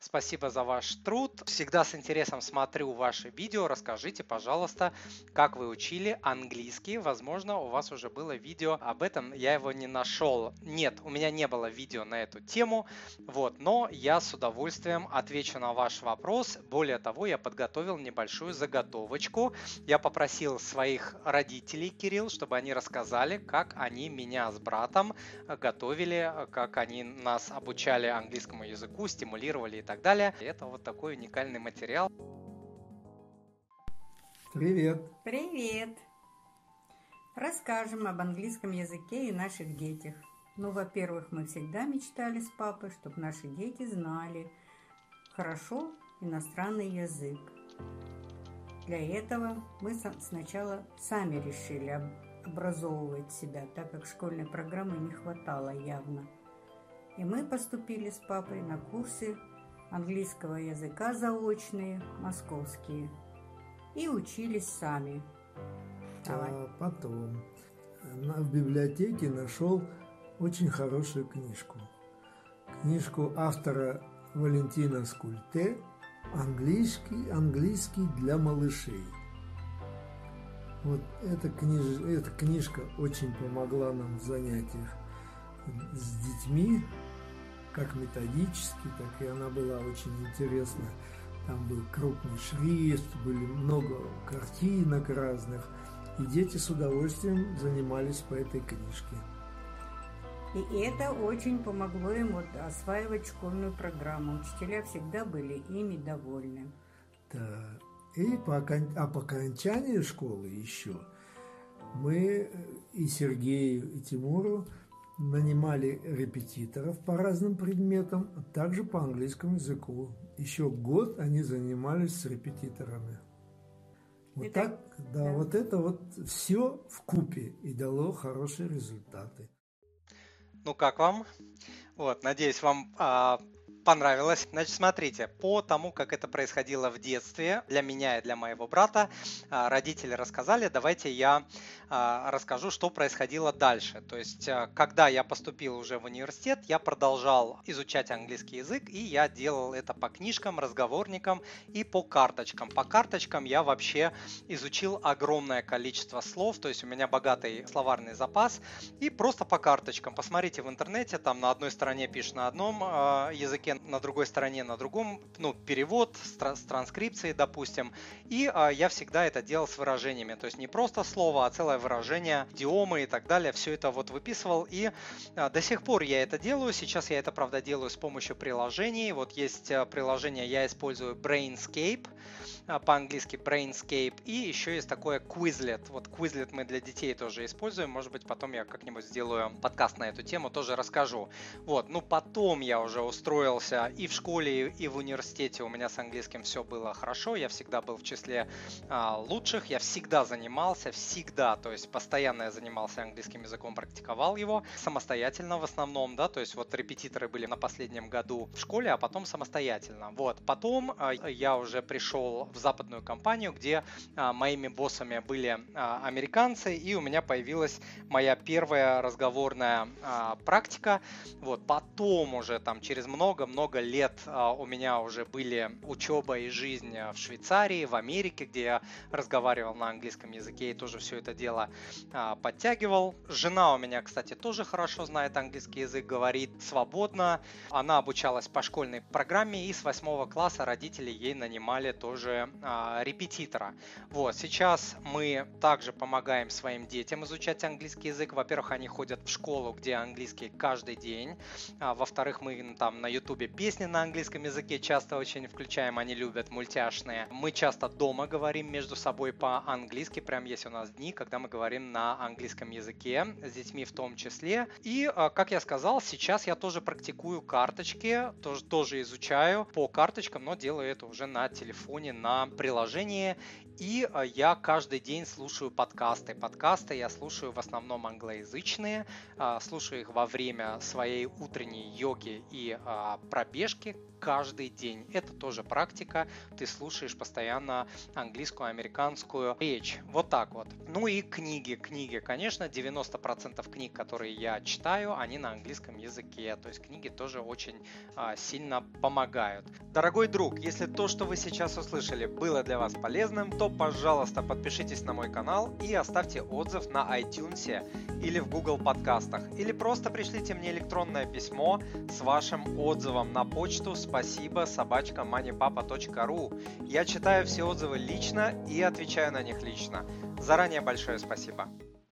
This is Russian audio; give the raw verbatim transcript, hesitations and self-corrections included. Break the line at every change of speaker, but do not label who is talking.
Спасибо за ваш труд. Всегда с интересом смотрю ваши видео. Расскажите, пожалуйста, как вы учили английский. Возможно, у вас уже было видео об этом. Я его не нашел. Нет, у меня не было видео на эту тему. Вот, но я с удовольствием отвечу на ваш вопрос. Более того, я подготовил небольшую заготовочку. Я попросил своих родителей, Кирилл, чтобы они рассказали, как они меня с братом готовили, как они нас обучали английскому языку, стимулировали и так далее. Это вот такой уникальный материал.
Привет!
Привет! Расскажем об английском языке и наших детях. Ну, во-первых, мы всегда мечтали с папой, чтобы наши дети знали хорошо иностранный язык. Для этого мы сначала сами решили образовывать себя, так как школьной программы не хватало явно. И мы поступили с папой на курсы английского языка заочные, московские, и учились сами.
Давай. А потом в библиотеке нашел очень хорошую книжку. Книжку автора Валентина Скульте «Английский, английский для малышей». Вот эта, книж... эта книжка очень помогла нам в занятиях с детьми, как методически, так и она была очень интересна. Там был крупный шрифт, были много картинок разных, и дети с удовольствием занимались по этой книжке.
И это очень помогло им вот осваивать школьную программу. Учителя всегда были ими довольны.
Да. И по, окон... а по окончании школы еще мы и Сергею, и Тимуру нанимали репетиторов по разным предметам, а также по английскому языку. Еще год они занимались с репетиторами. Вот
это,
так, да, да, вот это вот все вкупе и дало хорошие результаты.
Ну как вам? Вот, надеюсь, вам а, понравилось. Значит, смотрите, по тому, как это происходило в детстве, для меня и для моего брата, а, родители рассказали, давайте я а, расскажу, что происходило дальше. То есть, а, когда я поступил уже в университет, я продолжал изучать английский язык, и я делал это по книжкам, разговорникам и по карточкам. По карточкам я вообще изучил огромное количество слов, то есть у меня богатый словарный запас, и просто по карточкам. Посмотрите в интернете, там на одной стороне пишешь на одном э, языке, на другой стороне на другом, ну, перевод с, с транскрипцией, допустим, и э, я всегда это делал с выражениями, то есть не просто слово, а целое выражение, идиомы и так далее, все это вот выписывал, и э, до сих пор я это делаю, сейчас я это, правда, делаю с помощью приложений, вот есть э, приложение, я использую Brainscape, э, по-английски Brainscape, и еще есть такое Quizlet, вот Quizlet мы для детей тоже используем, может быть, потом я как-нибудь сделаю подкаст на эту тему, тоже расскажу. Вот, ну потом я уже устроился и в школе, и в университете, у меня с английским все было хорошо, я всегда был в числе а, лучших, я всегда занимался, всегда, то есть постоянно я занимался английским языком, практиковал его самостоятельно в основном, да, то есть вот репетиторы были на последнем году в школе, а потом самостоятельно. Вот, потом а, я уже пришел в западную компанию, где а, моими боссами были а, американцы, и у меня появилась моя первая разговорная а, практика. Вот, потом уже там через много-много лет а, у меня уже были учеба и жизнь в Швейцарии, в Америке, где я разговаривал на английском языке и тоже все это дело а, подтягивал. Жена у меня, кстати, тоже хорошо знает английский язык, говорит свободно. Она обучалась по школьной программе, и с восьмого класса родители ей нанимали тоже а, репетитора. Вот, сейчас мы также помогаем своим детям изучать английский язык. Во-первых, они ходят в школу, где английский каждый день. А, во-вторых, мы там на ютубе песни на английском языке часто очень включаем, они любят мультяшные. Мы часто дома говорим между собой по-английски, прям есть у нас дни, когда мы говорим на английском языке, с детьми в том числе. И, а, как я сказал, сейчас я тоже практикую карточки, тоже, тоже изучаю по карточкам, но делаю это уже на телефоне, на приложении. И а, я каждый день слушаю подкасты. Подкасты я слушаю в основном англоязычные, а, слушаю их во время своей утренней йоги и а, пробежки каждый день. Это тоже практика. Ты слушаешь постоянно английскую, американскую речь. Вот так вот. Ну и книги. Книги, конечно, девяносто процентов книг, которые я читаю, они на английском языке. То есть книги тоже очень а, сильно помогают. Дорогой друг, если то, что вы сейчас услышали, было для вас полезным, то, пожалуйста, подпишитесь на мой канал и оставьте отзыв на iTunes или в Google подкастах. Или просто пришлите мне электронное письмо с вашим отзывом на почту спасибо собака манипапа точка ру. Я читаю все отзывы лично и отвечаю на них лично. Заранее большое спасибо.